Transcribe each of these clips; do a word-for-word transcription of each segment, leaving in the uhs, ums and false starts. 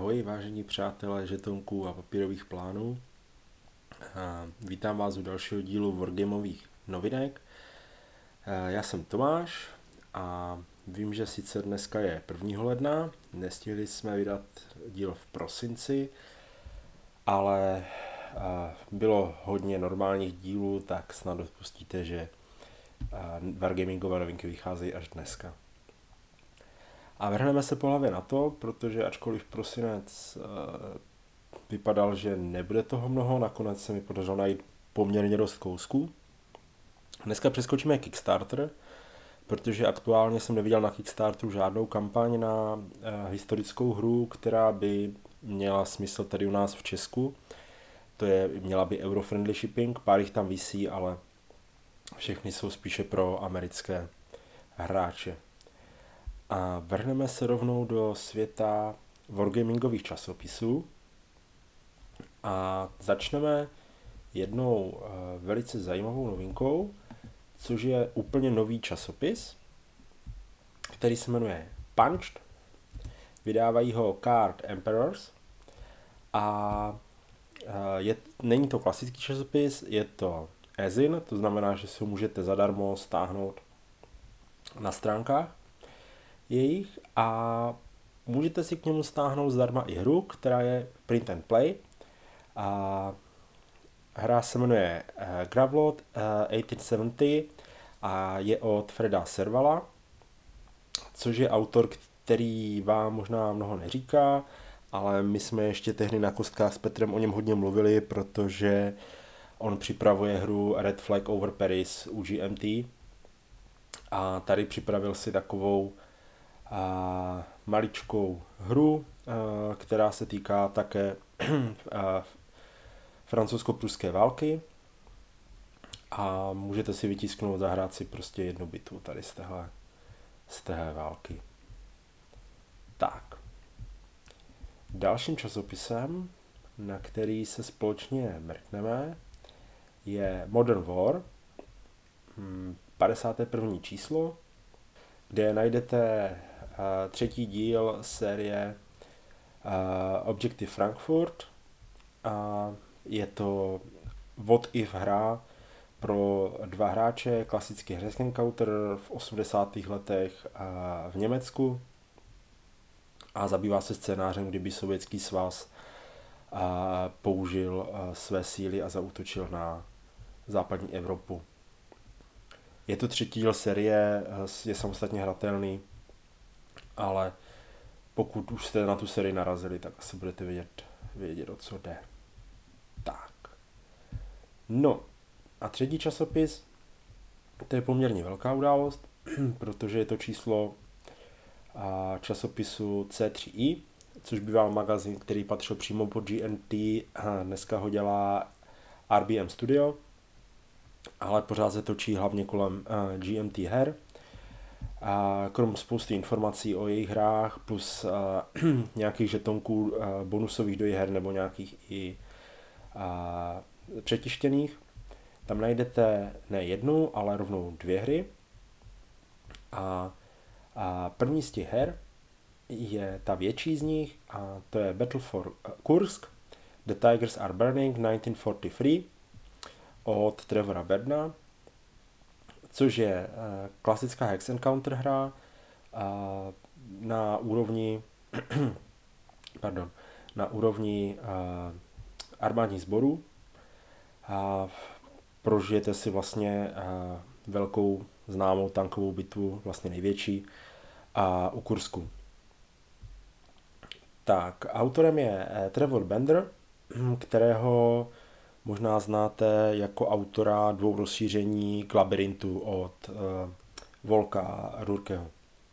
Ahoj, vážení přátelé žetonků a papírových plánů. A vítám vás u dalšího dílu Wargameových novinek. A já jsem Tomáš a vím, že sice dneska je prvního ledna, nestihli jsme vydat díl v prosinci, ale bylo hodně normálních dílů, tak snad odpustíte, že Wargamingové novinky vycházejí až dneska. A vrhneme se po hlavě na to, protože ačkoliv prosinec e, vypadal, že nebude toho mnoho, nakonec se mi podařilo najít poměrně dost kousků. Dneska přeskočíme Kickstarter, protože aktuálně jsem neviděl na Kickstarteru žádnou kampaň na e, historickou hru, která by měla smysl tady u nás v Česku. To je, měla by euro-friendly shipping, pár jich tam visí, ale všechny jsou spíše pro americké hráče. A vrhneme se rovnou do světa wargamingových časopisů a začneme jednou uh, velice zajímavou novinkou, což je úplně nový časopis, který se jmenuje Punched. Vydávají ho Card Emperors a uh, je, není to klasický časopis, je to as-in, to znamená, že si ho můžete zadarmo stáhnout na stránkách jejich a můžete si k němu stáhnout zdarma i hru, která je print and play. A hra se jmenuje uh, Gravelot uh, osmnáct set sedmdesát a je od Freda Servala, což je autor, který vám možná mnoho neříká, ale my jsme ještě tehdy na kostkách s Petrem o něm hodně mluvili, protože on připravuje hru Red Flag Over Paris u G M T a tady připravil si takovou a maličkou hru, a, která se týká také francouzsko-pruské války a můžete si vytisknout, zahrát si prostě jednu bitvu tady z téhle, z téhle války. Tak. Dalším časopisem, na který se společně mrkneme, je Modern War, padesáté první číslo, kde najdete uh, třetí díl série uh, Objective Frankfurt. Uh, je to what if hra pro dva hráče, klasický Heroes Encounter v osmdesátých letech uh, v Německu a zabývá se scénářem, kdyby Sovětský svaz uh, použil uh, své síly a zaútočil na západní Evropu. Je to třetí díl série, je samostatně hratelný, ale pokud už jste na tu sérii narazili, tak asi budete vědět, vědět o co jde. Tak. No a třetí časopis, to je poměrně velká událost, protože je to číslo časopisu C tři I, což býval magazín, který patřil přímo pod G M T, dneska ho dělá R B M Studio, ale pořád se točí hlavně kolem uh, G M T her. A krom spousty informací o jejich hrách plus uh, nějakých žetonků uh, bonusových do jejich her nebo nějakých i uh, přetištěných, tam najdete ne jednu, ale rovnou dvě hry. A, a první z těch her je ta větší z nich a to je Battle for Kursk, The Tigers Are Burning devatenáct set čtyřicet tři od Trevora Bedna, což je uh, klasická Hex Encounter hra uh, na úrovni pardon, na úrovni uh, armádních sborů a prožijete si vlastně uh, velkou známou tankovou bitvu, vlastně největší, uh, u Kursku. Tak, autorem je uh, Trevor Bender, kterého možná znáte jako autora dvou rozšíření k Labyrintu od uh, Volka a Rurkeho.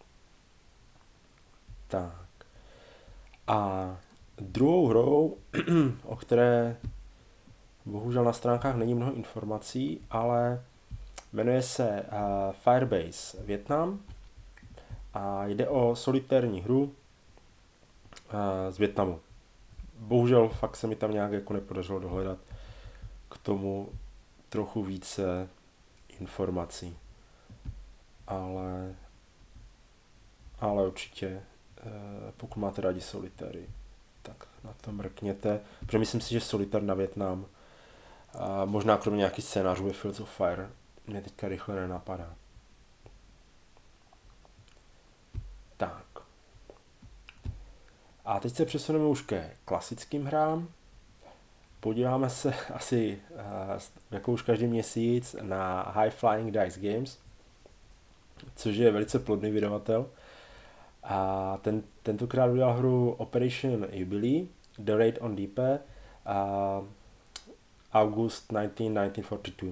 Tak. A druhou hrou, o které bohužel na stránkách není mnoho informací, ale jmenuje se uh, Firebase Vietnam a jde o solitérní hru uh, z Vietnamu. Bohužel fakt se mi tam nějak jako nepodařilo dohledat k tomu trochu více informací. Ale, ale určitě, pokud máte rádi solitéry, tak na to mrkněte, protože myslím si, že Solitaire na Vietnam, a možná kromě nějaký scénářů ve Fields of Fire, mě teďka rychle nenapadá. Tak. A teď se přesuneme už ke klasickým hrám. Podíváme se asi, jako už každý měsíc, na High Flying Dice Games, což je velice plodný vydavatel. A ten, tentokrát udělal hru Operation Jubilee, The Raid on Deepe, a August nineteen nineteen forty-two.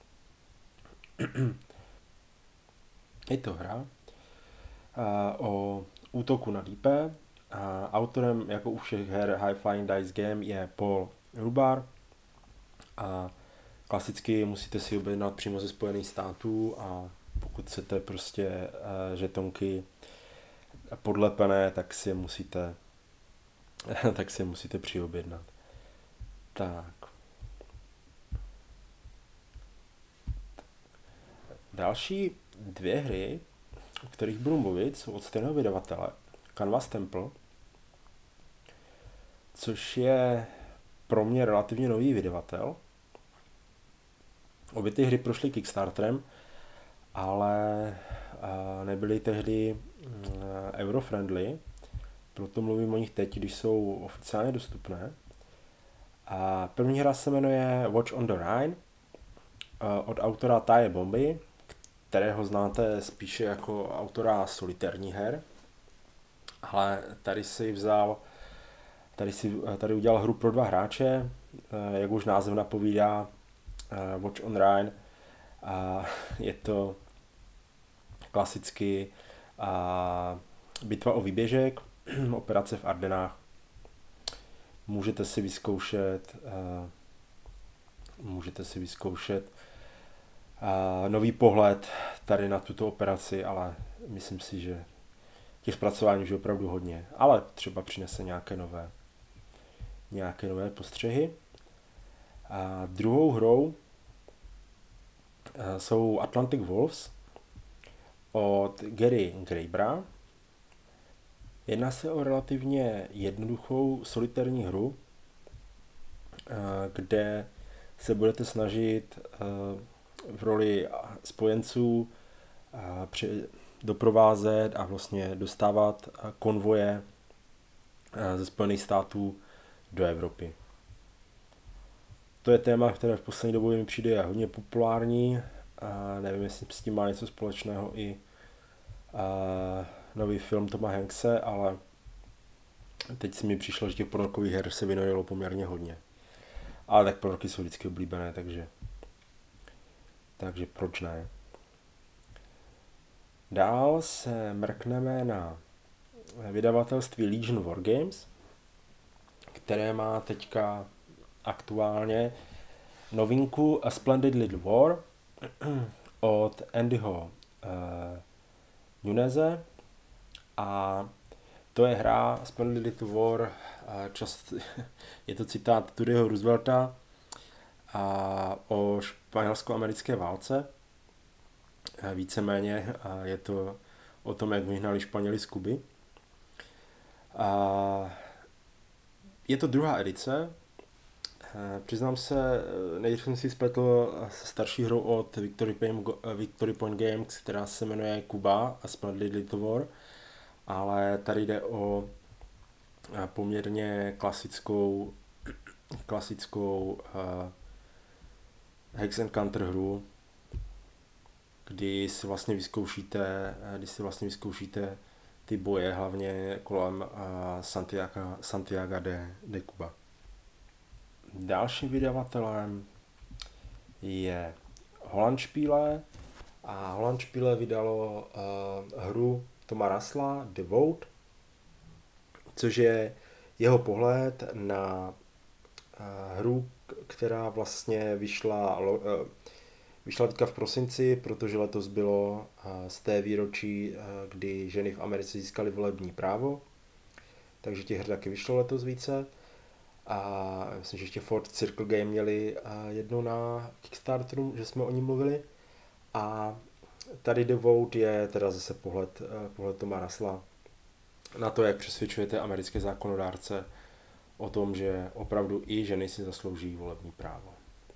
Je to hra a, o útoku na Deepe. A autorem, jako u všech her High Flying Dice Game, je Paul Rubar. A klasicky musíte si objednat přímo ze Spojených států, a pokud chcete prostě uh, žetonky podlepené, tak si je musíte tak si je musíte přiobjednat. Tak. Další dvě hry, o kterých budu mluvit, jsou od stejného vydavatele, Canvas Temple, což je pro mě relativně nový vydavatel. Obě ty hry prošly Kickstarterem, ale nebyly tehdy euro-friendly, proto mluvím o nich teď, když jsou oficiálně dostupné. A první hra se jmenuje Watch on the Rhine od autora Taje Bomby, kterého znáte spíše jako autora solitérních her, ale tady si vzal, tady, si, tady udělal hru pro dva hráče, jak už název napovídá, Watch on Rhine, a je to klasicky a bitva o výběžek, operace v Ardenách. Můžete si vyzkoušet můžete si vyzkoušet nový pohled tady na tuto operaci, ale myslím si, že těch zpracování už je opravdu hodně, ale třeba přinese nějaké nové nějaké nové postřehy. A druhou hrou jsou Atlantic Wolves od Gary Grabera. Jedná se o relativně jednoduchou solitérní hru, kde se budete snažit v roli spojenců doprovázet a vlastně dostávat konvoje ze Spojených států do Evropy. To je téma, které v poslední době mi přijde hodně populární. A nevím, jestli s tím má něco společného i a, nový film Toma Hankse, ale teď si mi přišlo, že těch prorokových her se vynojilo poměrně hodně. Ale tak proroky jsou vždycky oblíbené, takže takže proč ne. Dál se mrkneme na vydavatelství Legion Wargames, které má teďka aktuálně novinku A Splendid Little War od Andyho uh, Nuneze, a to je hra Splendid Little War, uh, čas, je to citát Teddyho Roosevelta a o španělsko-americké válce. Uh, víceméně uh, je to o tom, jak vyhnali Španěli z Kuby. Uh, je to druhá edice. Přiznám se, nejdřív jsem si spletl se starší hrou od Victory Point, Victory Point Games, která se jmenuje Kuba a Splendid Little War, ale tady jde o poměrně klasickou klasickou uh, Hex and Counter hru, kdy si vlastně vyzkoušíte, kdy si vlastně vyzkoušíte ty boje hlavně kolem uh, Santiago, Santiago de, de Cuba. Dalším vydavatelem je Holandspiele a Holandspiele vydalo uh, hru Toma Russella The Vote, což je jeho pohled na uh, hru, která vlastně vyšla, uh, vyšla teďka v prosinci, protože letos bylo uh, z té výročí, uh, kdy ženy v Americe získaly volební právo, takže těch her taky vyšlo letos více. A myslím, že ještě Ford Circle Game měli jednu na Kickstarteru, že jsme o ní mluvili. A tady The Vote je teda zase pohled, pohled Toma Russella na to, jak přesvědčujete americké zákonodárce o tom, že opravdu i ženy si zaslouží volební právo.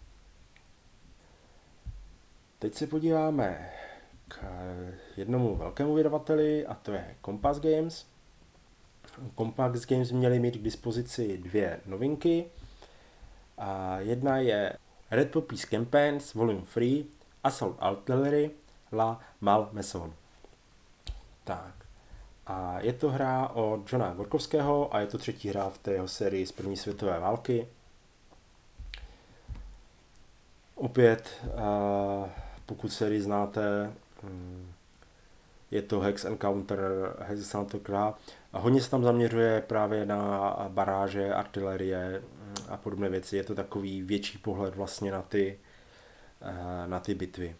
Teď se podíváme k jednomu velkému vydavateli a to je Compass Games. Compass Games měli mít k dispozici dvě novinky. A jedna je Red Poppies Campaigns Volume tři Assault Artillery La Malmaison. Tak. A je to hra od Johna Gorkovského a je to třetí hra v té jeho sérii z první světové války. Opět, pokud sérii znáte, je to Hex Encounter, Hex Encounter hra a hodně se tam zaměřuje právě na baráže, artilerie a podobné věci. Je to takový větší pohled vlastně na ty, na ty bitvy.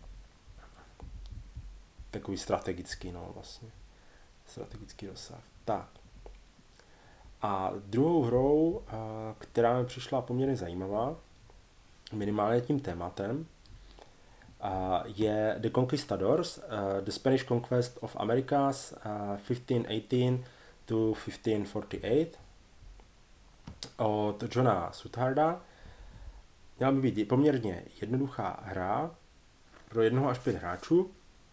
Takový strategický, no vlastně. Strategický dosah. Tak. A druhou hrou, která mi přišla poměrně zajímavá, minimálně tím tématem, je The Conquistadors, The Spanish Conquest of Americas fifteen eighteen to fifteen forty-eight od Johna Sutharda. Měla by být poměrně jednoduchá hra pro jednoho až pět hráčů,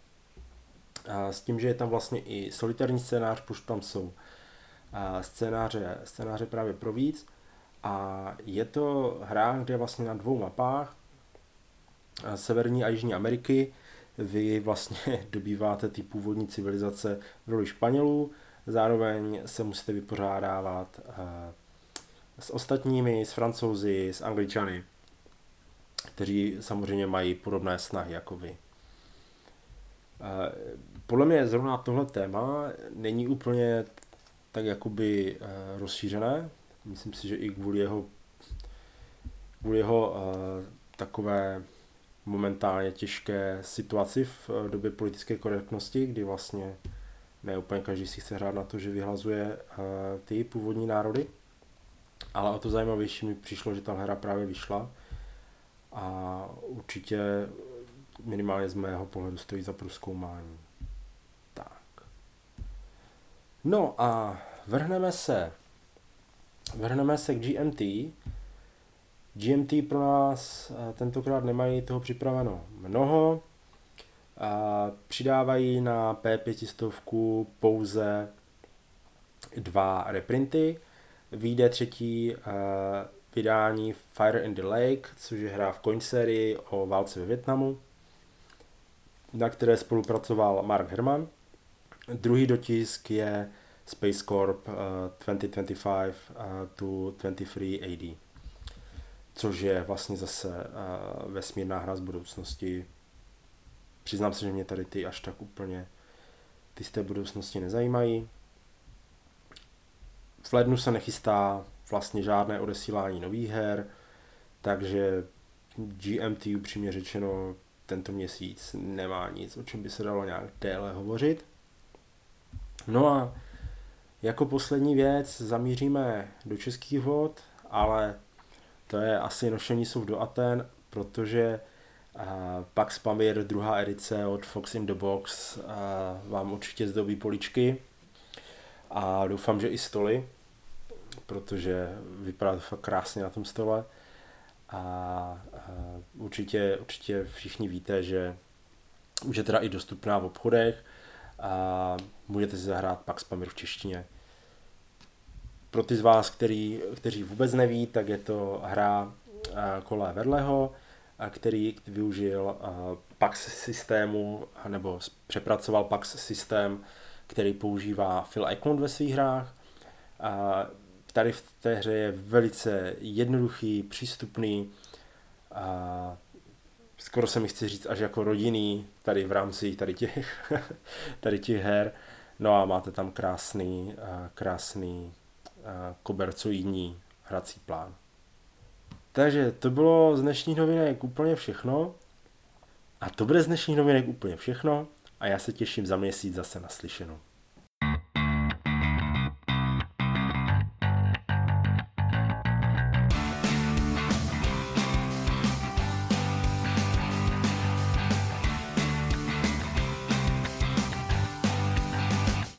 s tím, že je tam vlastně i solitární scénář, protože tam jsou scénáře, scénáře právě pro víc. A je to hra, kde vlastně na dvou mapách Severní a Jižní Ameriky vy vlastně dobýváte ty původní civilizace v roli Španělů, zároveň se musíte vypořádávat s ostatními, s Francouzi, s Angličany, kteří samozřejmě mají podobné snahy jako vy. Podle mě zrovna tohle téma není úplně tak jakoby rozšířené. Myslím si, že i kvůli jeho, kvůli jeho takové momentálně těžké situaci v době politické korektnosti, kdy vlastně ne úplně každý si chce hrát na to, že vyhlazuje ty původní národy. Ale o to zajímavější mi přišlo, že ta hra právě vyšla a určitě minimálně z mého pohledu stojí za prozkoumání. Tak. No a vrhneme se vrhneme se k G M T. G M T pro nás tentokrát nemají toho připraveno mnoho. A přidávají na P pět set pouze dva reprinty. Vyjde třetí uh, vydání Fire in the Lake, což je hra v coin sérii o válce ve Vietnamu, na které spolupracoval Mark Herman. Druhý dotisk je Space Corp uh, twenty twenty-five uh, to twenty-three A D, což je vlastně zase uh, vesmírná hra z budoucnosti. Přiznám se, že mě tady ty až tak úplně ty z té budoucnosti nezajímají. V lednu se nechystá vlastně žádné odesílání nových her, takže G M T upřímně řečeno tento měsíc nemá nic, o čem by se dalo nějak déle hovořit. No a jako poslední věc zamíříme do českých vod, ale to je asi Nošení sov do Aten, protože uh, Pax Pamir, druhá edice od Fox in the Box, uh, vám určitě zdobí poličky a doufám, že i stoly, protože vypadá to fakt krásně na tom stole. A uh, určitě, určitě všichni víte, že už je teda i dostupná v obchodech a můžete si zahrát Pax Pamir v češtině. Pro ty z vás, který, kteří vůbec neví, tak je to hra uh, Kola Verleho, uh, který využil uh, Pax systému, nebo přepracoval Pax systém, který používá Phil Eklund ve svých hrách. Uh, Tady v té hře je velice jednoduchý, přístupný a skoro se mi chci říct až jako rodinný tady v rámci tady těch, tady těch her. No a máte tam krásný, krásný kobercoidní hrací plán. Takže to bylo z dnešních novinek úplně všechno. A to bude z dnešních novinek úplně všechno a já se těším za měsíc zase naslyšenou.